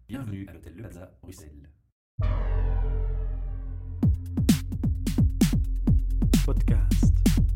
Bienvenue à l'hôtel Le Plaza, Bruxelles. Podcast.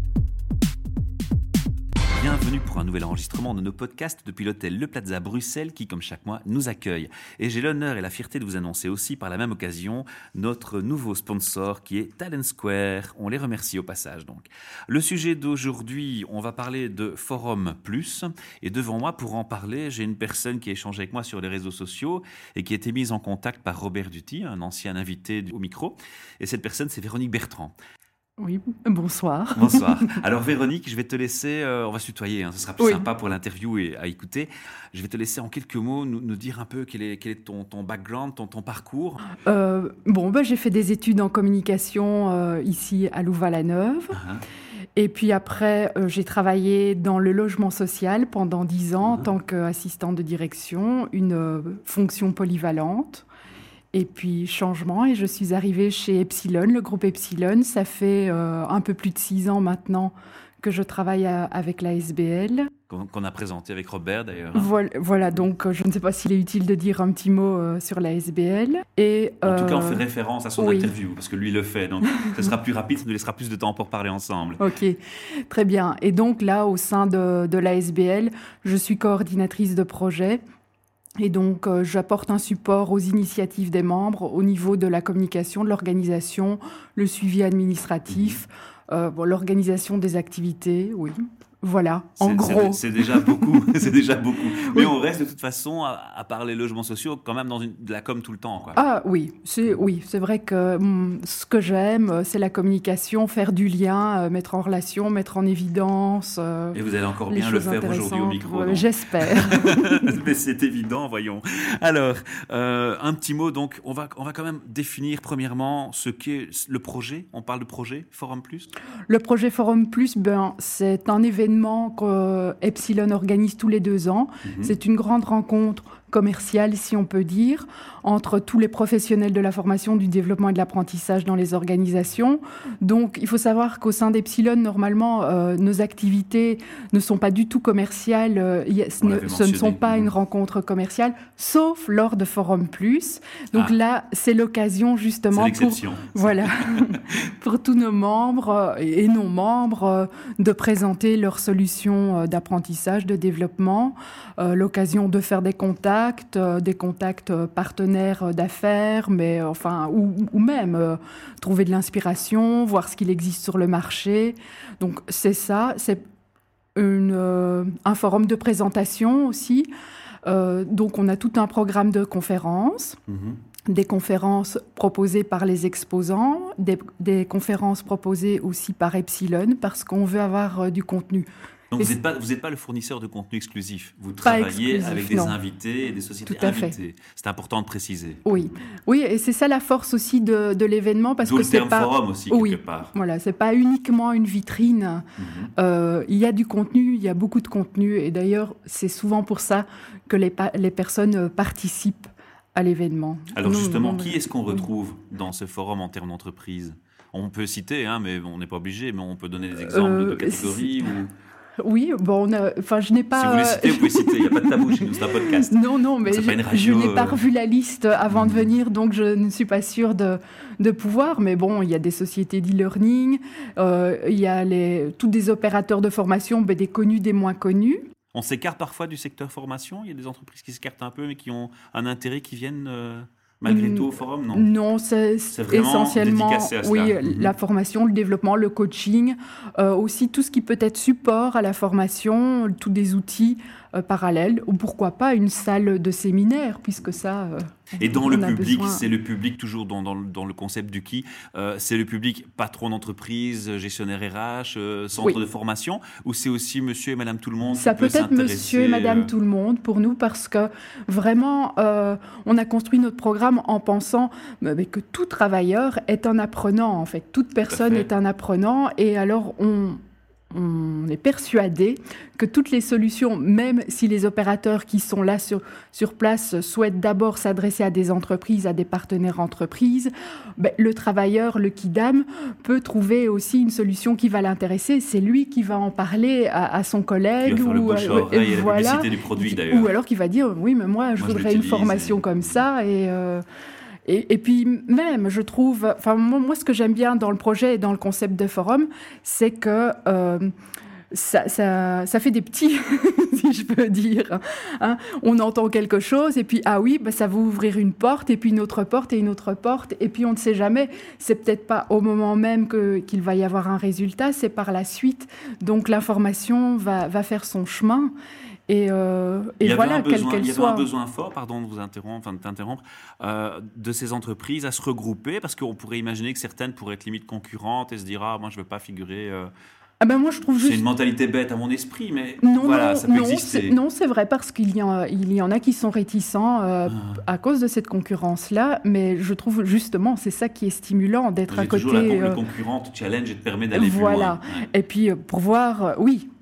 Bienvenue pour un nouvel enregistrement de nos podcasts depuis l'hôtel Le Plaza Bruxelles qui, comme chaque mois, nous accueille. Et j'ai l'honneur et la fierté de vous annoncer aussi par la même occasion notre nouveau sponsor qui est Talent Square. On les remercie au passage donc. Le sujet d'aujourd'hui, on va parler de Forum Plus. Et devant moi, pour en parler, j'ai une personne qui a échangé avec moi sur les réseaux sociaux et qui a été mise en contact par Robert Duty, un ancien invité au micro. Et cette personne, c'est Véronique Bertrand. Oui, bonsoir. Bonsoir. Alors Véronique, je vais te laisser, on va se tutoyer, ce sera plus sympa pour l'interview et à écouter. Je vais te laisser en quelques mots nous dire un peu quel est ton background, ton parcours. J'ai fait des études en communication ici à Louvain-la-Neuve. Et puis après, j'ai travaillé dans le logement social pendant 10 ans en tant qu'assistante de direction, une fonction polyvalente. Et puis changement, et je suis arrivée chez Epsilon, le groupe Epsilon. Ça fait un peu plus de 6 ans maintenant que je travaille avec la SBL. Qu'on a présenté avec Robert d'ailleurs. Voilà, donc je ne sais pas s'il est utile de dire un petit mot sur la SBL. En tout cas, on fait référence à son interview, parce que lui le fait, donc ce sera plus rapide, ça nous laissera plus de temps pour parler ensemble. Ok, très bien. Et donc là, au sein de la SBL, je suis coordinatrice de projet. Et donc, j'apporte un support aux initiatives des membres au niveau de la communication, de l'organisation, le suivi administratif, l'organisation des activités, oui. Voilà, en gros. C'est déjà beaucoup, c'est déjà beaucoup. Mais on reste de toute façon, à part les logements sociaux, quand même dans de la com tout le temps, quoi. Ah oui, c'est vrai que ce que j'aime, c'est la communication, faire du lien, mettre en relation, mettre en évidence. Et vous allez encore bien le faire aujourd'hui au micro. J'espère. Mais c'est évident, voyons. Alors, un petit mot, donc, on va quand même définir premièrement ce qu'est le projet. On parle de projet, Forum Plus. Le projet Forum Plus, c'est un événement que Epsilon organise tous les 2 ans. C'est une grande rencontre commerciale, si on peut dire, entre tous les professionnels de la formation, du développement et de l'apprentissage dans les organisations. Donc, il faut savoir qu'au sein d'Epsilon, normalement, nos activités ne sont pas du tout commerciales. Ce ne sont pas une rencontre commerciale, sauf lors de Forum Plus. Donc là, c'est l'occasion justement pour tous nos membres et non-membres de présenter leurs solutions d'apprentissage, de développement, l'occasion de faire des contacts partenaires d'affaires, mais ou même trouver de l'inspiration, voir ce qu'il existe sur le marché. Donc c'est ça, c'est un forum de présentation aussi. Donc on a tout un programme de conférences. Des conférences proposées par les exposants, des conférences proposées aussi par Epsilon, parce qu'on veut avoir du contenu. Donc vous n'êtes pas le fournisseur de contenu exclusif. Vous travaillez avec des invités et des sociétés invitées. C'est important de préciser. Oui, et c'est ça la force aussi de l'événement, parce d'où que le terme forum aussi quelque part. Voilà, c'est pas uniquement une vitrine. Il y a du contenu, il y a beaucoup de contenu, et d'ailleurs c'est souvent pour ça que les personnes participent à l'événement. Alors justement, qui est-ce qu'on retrouve dans ce forum en termes d'entreprise ? On peut citer, mais on n'est pas obligé, mais on peut donner des exemples de catégories Oui, je n'ai pas... Si vous voulez citer, vous pouvez citer, il n'y a pas de tabou chez nous, c'est un podcast. Non, mais je n'ai pas revu la liste avant de venir, donc je ne suis pas sûre de pouvoir, mais bon, il y a des sociétés d'e-learning, il y a tous des opérateurs de formation, des connus, des moins connus. On s'écarte parfois du secteur formation. Il y a des entreprises qui s'écartent un peu, mais qui ont un intérêt, qui viennent malgré tout au forum, non ? Non, c'est essentiellement dédicacé à cela. La formation, le développement, le coaching, aussi tout ce qui peut être support à la formation, tous des outils parallèles, ou pourquoi pas une salle de séminaire, puisque ça... Et dans le public, c'est le public, toujours dans le concept du qui, c'est le public patron d'entreprise, gestionnaire RH, centre de formation, ou c'est aussi monsieur et madame tout le monde? Ça peut être monsieur et madame tout le monde pour nous, parce que vraiment, on a construit notre programme en pensant que tout travailleur est un apprenant, en fait. Toute personne est un apprenant, et alors on est persuadé que toutes les solutions, même si les opérateurs qui sont là sur place souhaitent d'abord s'adresser à des entreprises, à des partenaires entreprises, le travailleur, le Kidam, peut trouver aussi une solution qui va l'intéresser. C'est lui qui va en parler à son collègue. Qui va faire le bouche à oreille et la publicité du produit d'ailleurs. Ou alors qui va dire, oui, mais moi je voudrais une formation comme ça. Et puis même, je trouve, moi ce que j'aime bien dans le projet et dans le concept de forum, c'est que ça fait des petits, si je peux dire. Hein. On entend quelque chose et puis, ça va ouvrir une porte et puis une autre porte et une autre porte. Et puis on ne sait jamais, c'est peut-être pas au moment même qu'il va y avoir un résultat, c'est par la suite. Donc l'information va faire son chemin. Et voilà, quelle qu'elle soit. Il y avait un besoin fort, pardon de t'interrompre, de ces entreprises à se regrouper, parce qu'on pourrait imaginer que certaines pourraient être limite concurrentes et se dire moi je ne veux pas figurer. Moi, je trouve juste... C'est une mentalité bête à mon esprit, mais ça peut exister. Non, c'est vrai, parce qu'il y en a qui sont réticents à cause de cette concurrence-là, mais je trouve justement, c'est ça qui est stimulant d'être à côté. Toujours le concurrent te challenge et te permet d'aller plus loin. Voilà, et puis pour voir,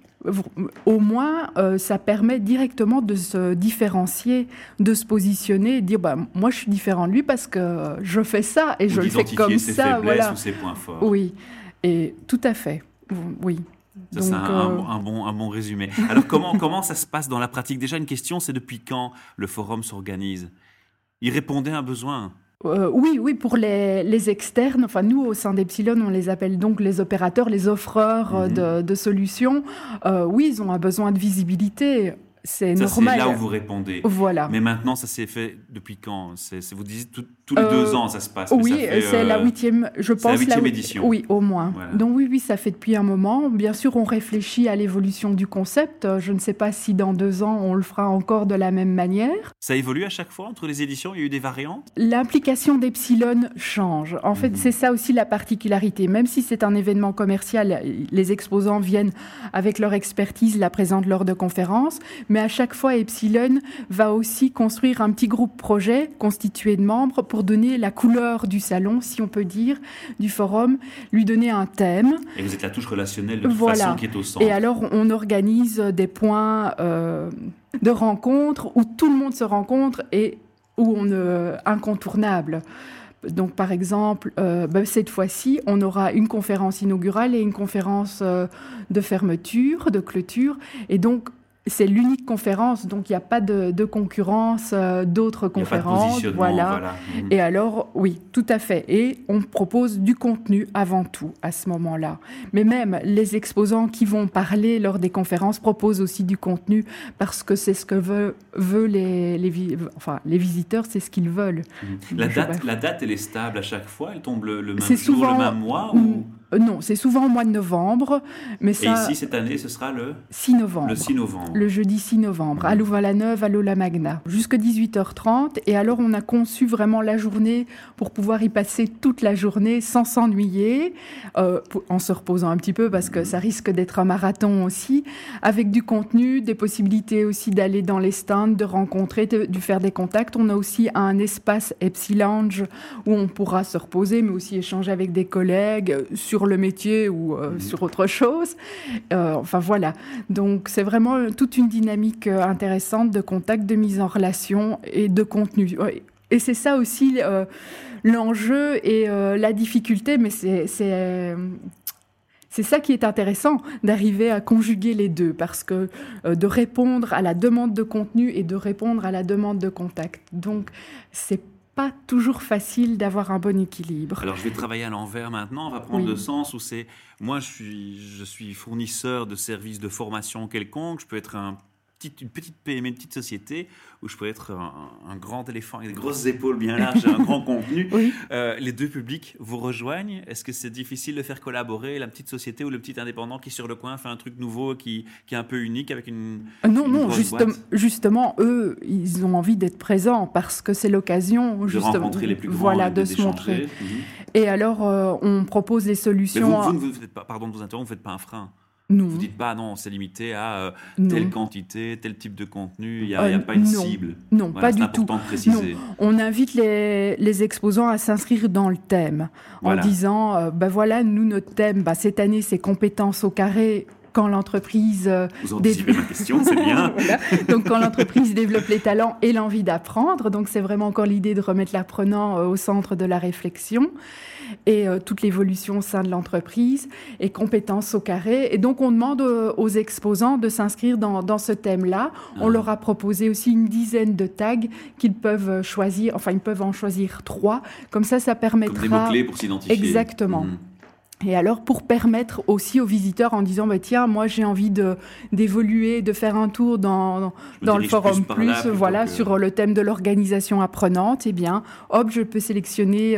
au moins, ça permet directement de se différencier, de se positionner et de dire moi je suis différent de lui parce que je fais ça et je le fais comme ses ça. Faiblesses ou ses points forts. Oui, et tout à fait. Oui. Ça, c'est un bon résumé. Alors comment ça se passe dans la pratique ? Déjà une question, c'est depuis quand le forum s'organise ? Il répondait à un besoin ? Oui, pour les externes, nous au sein d'Epsilon, on les appelle donc les opérateurs, les offreurs de solutions. Oui, ils ont un besoin de visibilité. C'est normal. C'est là où vous répondez. Voilà. Mais maintenant, ça s'est fait depuis quand ? Vous dites tous les 2 ans, ça se passe. Oui, c'est la 8e, je pense. C'est la 8e édition. Oui, au moins. Voilà. Donc oui, ça fait depuis un moment. Bien sûr, on réfléchit à l'évolution du concept. Je ne sais pas si dans 2 ans, on le fera encore de la même manière. Ça évolue à chaque fois entre les éditions ? Il y a eu des variantes ? L'implication d'Epsilon change. En fait, c'est ça aussi la particularité. Même si c'est un événement commercial, les exposants viennent avec leur expertise, la présentent lors de conférences. Mais à chaque fois, Epsilon va aussi construire un petit groupe projet constitué de membres pour donner la couleur du salon, si on peut dire, du forum, lui donner un thème. Et vous êtes la touche relationnelle de toute façon qui est au centre. Et alors, on organise des points de rencontre où tout le monde se rencontre et où on est incontournable. Donc, par exemple, cette fois-ci, on aura une conférence inaugurale et une conférence de fermeture, de clôture. Et donc, c'est l'unique conférence, donc il n'y a pas de concurrence d'autres conférences. Il n'y a pas de positionnement, voilà. Et alors, oui, tout à fait. Et on propose du contenu avant tout à ce moment-là. Mais même les exposants qui vont parler lors des conférences proposent aussi du contenu parce que c'est ce que veulent les visiteurs, c'est ce qu'ils veulent. La date, elle est stable à chaque fois ? Elle tombe le même jour, le même mois ou... Non, c'est souvent au mois de novembre. Mais et ici, cette année, ce sera le 6 novembre. Le 6 novembre. Le jeudi 6 novembre, à Louvain-la-Neuve, à l'Aula-Magna, jusqu'à 18h30. Et alors, on a conçu vraiment la journée pour pouvoir y passer toute la journée sans s'ennuyer, en se reposant un petit peu parce que ça risque d'être un marathon aussi, avec du contenu, des possibilités aussi d'aller dans les stands, de rencontrer, de faire des contacts. On a aussi un espace Epsilounge où on pourra se reposer, mais aussi échanger avec des collègues sur le métier ou sur autre chose. Voilà. Donc, c'est vraiment toute une dynamique intéressante de contact, de mise en relation et de contenu. Et c'est ça aussi l'enjeu et la difficulté, mais c'est ça qui est intéressant, d'arriver à conjuguer les deux, parce que de répondre à la demande de contenu et de répondre à la demande de contact. Donc, c'est pas toujours facile d'avoir un bon équilibre. Alors, je vais travailler à l'envers maintenant. On va prendre le sens où c'est... Moi, je suis fournisseur de services de formation quelconque. Je peux être une petite PME, une petite société, où je peux être un grand éléphant avec des grosses épaules bien larges et un grand contenu. Oui. Les deux publics vous rejoignent. Est-ce que c'est difficile de faire collaborer la petite société ou le petit indépendant qui, sur le coin, fait un truc nouveau, qui est un peu unique avec une justement, eux, ils ont envie d'être présents parce que c'est l'occasion de rencontrer les plus grands, de se montrer. Et alors, on propose des solutions... Mais vous ne faites pas, pardon de vous interrompre, vous ne faites pas un frein. Non. Vous ne dites pas, non, c'est limité à telle quantité, tel type de contenu, il n'y a pas une cible. Non, pas du tout. C'est important de préciser. Non. On invite les exposants à s'inscrire dans le thème en disant, nous, notre thème, cette année, c'est compétences au carré. quand l'entreprise... Vous anticipez ma question, c'est bien. Voilà. Donc, quand l'entreprise développe les talents et l'envie d'apprendre, donc c'est vraiment encore l'idée de remettre l'apprenant au centre de la réflexion et toute l'évolution au sein de l'entreprise et compétences au carré. Et donc, on demande aux exposants de s'inscrire dans ce thème-là. On leur a proposé aussi une dizaine de tags qu'ils peuvent choisir. Enfin, ils peuvent en choisir 3. Comme ça permettra... Comme des mots-clés pour s'identifier. Exactement. Et alors, pour permettre aussi aux visiteurs en disant, tiens, moi j'ai envie d'évoluer, de faire un tour dans le Forum Plus, voilà, sur le thème de l'organisation apprenante, eh bien, hop, je peux sélectionner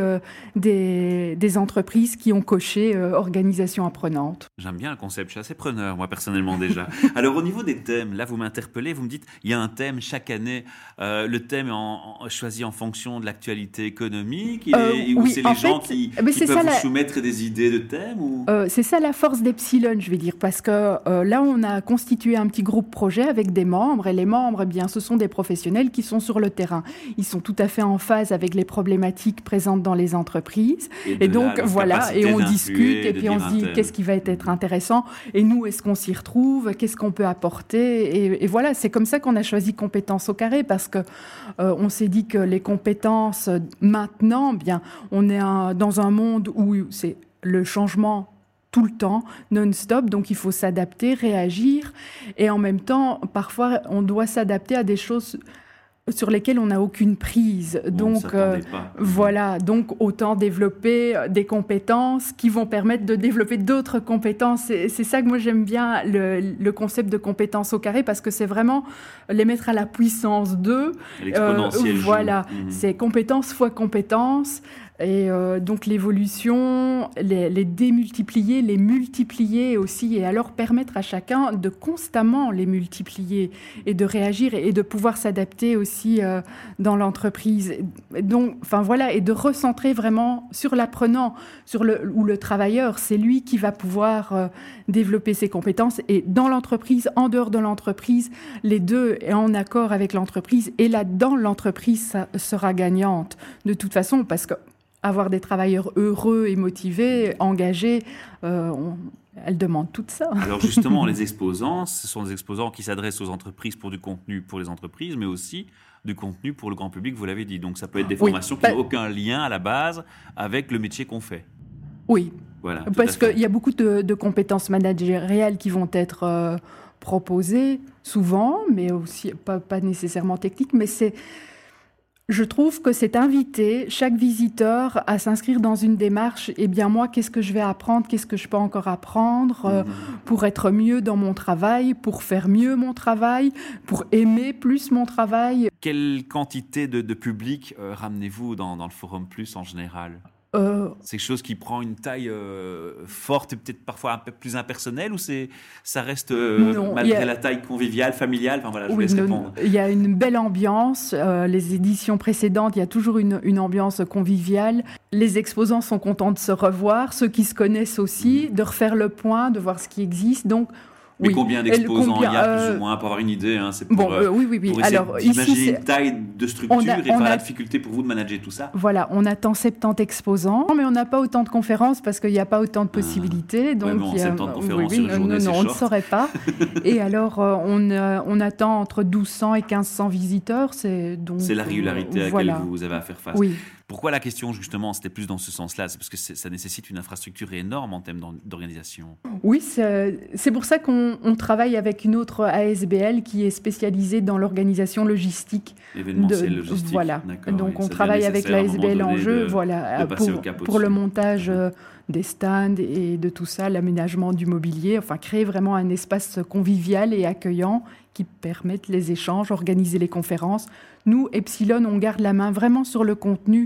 des entreprises qui ont coché organisation apprenante. J'aime bien le concept, je suis assez preneur, moi, personnellement, déjà. Alors, au niveau des thèmes, là, vous m'interpellez, vous me dites, il y a un thème chaque année, le thème est choisi en fonction de l'actualité économique, ou c'est les gens qui peuvent vous soumettre des idées de c'est ça la force d'Epsilon, je vais dire, parce que là, on a constitué un petit groupe projet avec des membres, et les membres, eh bien, ce sont des professionnels qui sont sur le terrain. Ils sont tout à fait en phase avec les problématiques présentes dans les entreprises, et donc voilà, et on discute, et puis on se dit qu'est-ce qui va être intéressant, et nous, est-ce qu'on s'y retrouve, qu'est-ce qu'on peut apporter, et voilà, c'est comme ça qu'on a choisi compétences au carré, parce que on s'est dit que les compétences maintenant, bien, on est dans un monde où c'est le changement tout le temps, non-stop, donc il faut s'adapter, réagir, et en même temps, parfois, on doit s'adapter à des choses sur lesquelles on n'a aucune prise. Donc, voilà, donc autant développer des compétences qui vont permettre de développer d'autres compétences. C'est ça que moi j'aime bien, le concept de compétences au carré, parce que c'est vraiment les mettre à la puissance 2. L'exponentiel. Voilà, c'est compétence fois compétence. Et donc l'évolution, les démultiplier, les multiplier aussi, et alors permettre à chacun de constamment les multiplier et de réagir et de pouvoir s'adapter aussi dans l'entreprise. Donc, enfin voilà, et de recentrer vraiment sur l'apprenant, ou le travailleur, c'est lui qui va pouvoir développer ses compétences, et dans l'entreprise, en dehors de l'entreprise, les deux est en accord avec l'entreprise, et là-dedans, l'entreprise sera gagnante de toute façon, parce que avoir des travailleurs heureux et motivés, engagés, elle demande tout ça. Alors justement, les exposants, ce sont des exposants qui s'adressent aux entreprises pour du contenu pour les entreprises, mais aussi du contenu pour le grand public, vous l'avez dit. Donc ça peut être des formations qui n'ont aucun lien à la base avec le métier qu'on fait. Oui, voilà, parce qu'il y a beaucoup de compétences managériales qui vont être proposées, souvent, mais aussi pas nécessairement techniques, mais je trouve que c'est inviter chaque visiteur à s'inscrire dans une démarche. Eh bien, moi, qu'est-ce que je vais apprendre? Qu'est-ce que je peux encore apprendre pour être mieux dans mon travail, pour faire mieux mon travail, pour aimer plus mon travail? Quelle quantité de public ramenez-vous dans le Forum Plus en général? C'est quelque chose qui prend une taille forte et peut-être parfois un peu plus impersonnelle, ou ça reste malgré la taille conviviale, familiale? Enfin voilà, je vous laisse répondre. Il y a une belle ambiance. Les éditions précédentes, il y a toujours une ambiance conviviale. Les exposants sont contents de se revoir, ceux qui se connaissent aussi, de refaire le point, de voir ce qui existe. Donc, mais combien d'exposants il y a plus ou moins pour avoir une idée, c'est pour, oui. Pour alors, ici, une taille de structure et faire la difficulté pour vous de manager tout ça. Voilà, on attend 70 exposants, mais on n'a pas autant de conférences parce qu'il n'y a pas autant de possibilités. Donc, 70 conférences sur une journée, c'est on short. ne saurait pas. Et alors, on attend entre 1200 et 1500 visiteurs. C'est la régularité à laquelle vous avez à faire face. Oui. Pourquoi la question, justement, c'était plus dans ce sens-là? C'est parce que ça nécessite une infrastructure énorme en termes d'organisation. Oui, c'est pour ça qu'on travaille avec une autre ASBL qui est spécialisée dans l'organisation logistique. Événementielle logistique. Voilà. Donc, on travaille avec l'ASBL en jeu pour le montage des stands et de tout ça, l'aménagement du mobilier, enfin créer vraiment un espace convivial et accueillant qui permette les échanges, organiser les conférences. Nous, Epsilon, on garde la main vraiment sur le contenu,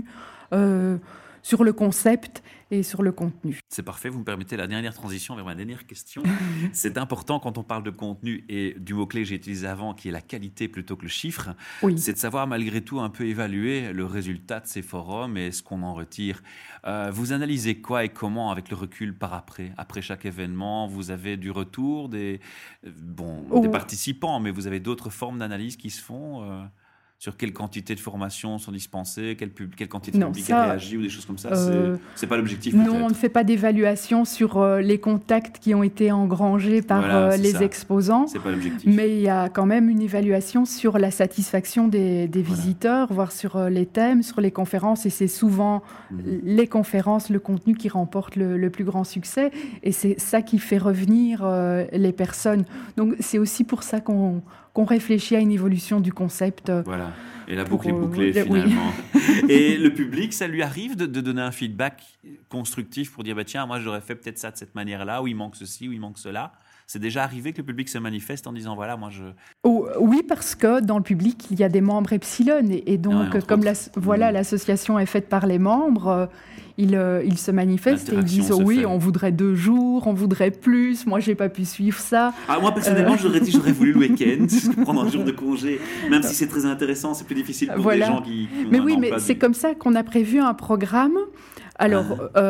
sur le concept et sur le contenu. C'est parfait, vous me permettez la dernière transition vers ma dernière question. C'est important quand on parle de contenu et du mot-clé que j'ai utilisé avant, qui est la qualité plutôt que le chiffre, c'est de savoir malgré tout un peu évaluer le résultat de ces forums et ce qu'on en retire. Vous analysez quoi et comment avec le recul par après chaque événement? Vous avez du retour des participants, mais vous avez d'autres formes d'analyse qui se font sur quelle quantité de formations sont dispensées, quelle quantité de Non, public ça, a réagi ou des choses comme ça. C'est pas l'objectif. Non, peut-être. on ne fait pas d'évaluation sur les contacts qui ont été engrangés par Voilà, c'est les ça. exposants. C'est pas l'objectif. Mais il y a quand même une évaluation sur la satisfaction des visiteurs, voire sur les thèmes, sur les conférences. Et c'est souvent les conférences, le contenu qui remporte le plus grand succès. Et c'est ça qui fait revenir les personnes. Donc c'est aussi pour ça qu'on réfléchit à une évolution du concept. Voilà. Et la boucle est bouclée oui. finalement. Et le public, ça lui arrive de donner un feedback constructif pour dire tiens, moi j'aurais fait peut-être ça de cette manière-là, ou il manque ceci, ou il manque cela. C'est déjà arrivé que le public se manifeste en disant voilà, moi je. Oui, parce que dans le public, il y a des membres Epsilon. Et donc, comme l'association est faite par les membres, ils se manifestent et ils disent oui, on voudrait 2 jours, on voudrait plus, moi j'ai pas pu suivre ça. Moi personnellement, j'aurais voulu le week-end, prendre un jour de congé, même si c'est très intéressant, c'est plus difficile pour des gens qui mais oui, mais c'est comme ça qu'on a prévu un programme. Alors,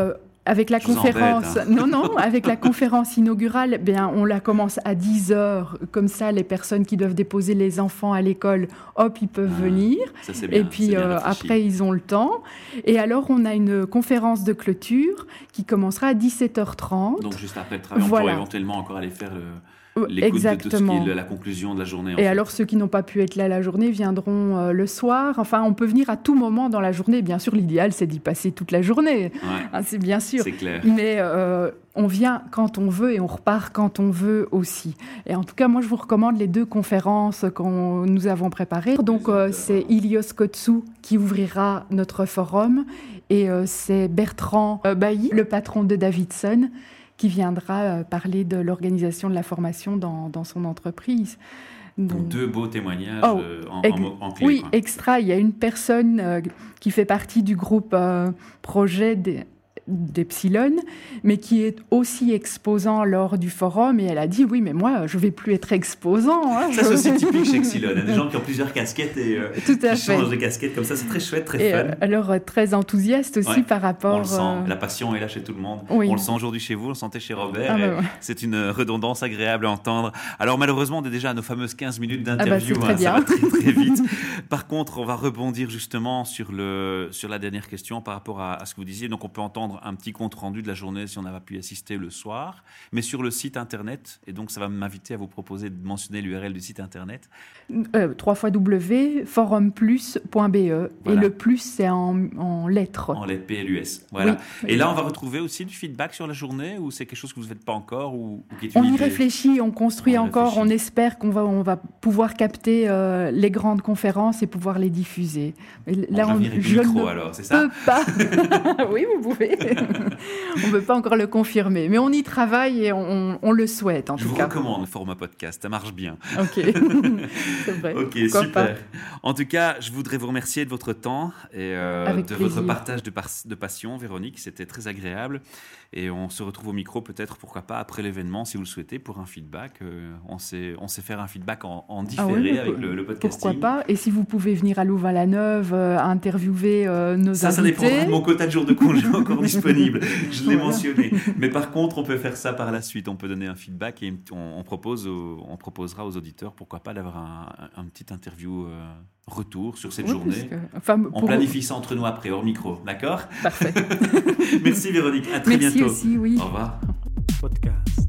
avec la conférence, avec la conférence inaugurale, on la commence à 10h, comme ça les personnes qui doivent déposer les enfants à l'école, hop, ils peuvent venir. Ça, c'est bien, et puis après, ils ont le temps. Et alors, on a une conférence de clôture qui commencera à 17h30. Donc juste après le travail, on pourra éventuellement encore aller faire l'écoute Exactement. de tout ce qui est la conclusion de la journée. Et alors, ceux qui n'ont pas pu être là la journée viendront le soir. Enfin, on peut venir à tout moment dans la journée. Bien sûr, l'idéal, c'est d'y passer toute la journée. Ouais. C'est bien sûr. C'est clair. Mais on vient quand on veut et on repart quand on veut aussi. Et en tout cas, moi, je vous recommande les 2 conférences que nous avons préparées. Donc, c'est Ilios Kotsu qui ouvrira notre forum. Et c'est Bertrand Bailly, le patron de Davidson, qui viendra parler de l'organisation de la formation dans son entreprise. Donc 2 beaux témoignages en clé. Oui, extra. Il y a une personne qui fait partie du groupe projet d'Epsilon, mais qui est aussi exposant lors du forum. Et elle a dit, oui, mais moi, je ne vais plus être exposant. Hein, ça, c'est aussi typique chez Epsilon. Il y a des gens qui ont plusieurs casquettes et Tout à qui fait. changent de casquette comme ça. C'est très chouette, très fun. Alors, très enthousiaste aussi par rapport... On le sent. La passion est là chez tout le monde. Oui. On le sent aujourd'hui chez vous, on le sentait chez Robert. Ouais. C'est une redondance agréable à entendre. Alors, malheureusement, on est déjà à nos fameuses 15 minutes d'interview. C'est très bien. Ça va très, très vite. Par contre, on va rebondir justement sur la dernière question par rapport à ce que vous disiez. Donc, on peut entendre un petit compte-rendu de la journée si on n'a pas pu assister le soir, mais sur le site internet, et donc ça va m'inviter à vous proposer de mentionner l'URL du site internet. www.forumplus.be. Voilà. Et le plus, c'est en lettres. En lettres, PLUS. Voilà. Oui. Et là, on va retrouver aussi du feedback sur la journée, ou c'est quelque chose que vous ne faites pas encore ou qui est On une y idée? réfléchit, on construit encore, on espère qu'on va pouvoir capter les grandes conférences et pouvoir les diffuser. Mais là, je ne alors, c'est ça? peux pas. Oui, vous pouvez. On ne peut pas encore le confirmer, mais on y travaille et on le souhaite en tout cas. Je vous recommande le format podcast, ça marche bien. Ok, c'est vrai. Ok, pourquoi super. pas. En tout cas, je voudrais vous remercier de votre temps et de plaisir. votre partage de passion, Véronique. C'était très agréable. Et on se retrouve au micro peut-être, pourquoi pas, après l'événement, si vous le souhaitez, pour un feedback. On sait faire un feedback en différé avec le podcasting. Pourquoi pas. Et si vous pouvez venir à Louvain-la-Neuve interviewer nos invités. Ça dépendra de mon quota de jours de congé encore disponible. Je l'ai mentionné. Mais par contre, on peut faire ça par la suite. On peut donner un feedback et on proposera aux auditeurs, pourquoi pas, d'avoir un petit interview retour sur cette journée. On planifie ça entre nous après, hors micro. D'accord ? Parfait. Merci Véronique. À très bientôt. Merci aussi, oui. Au revoir. Podcast.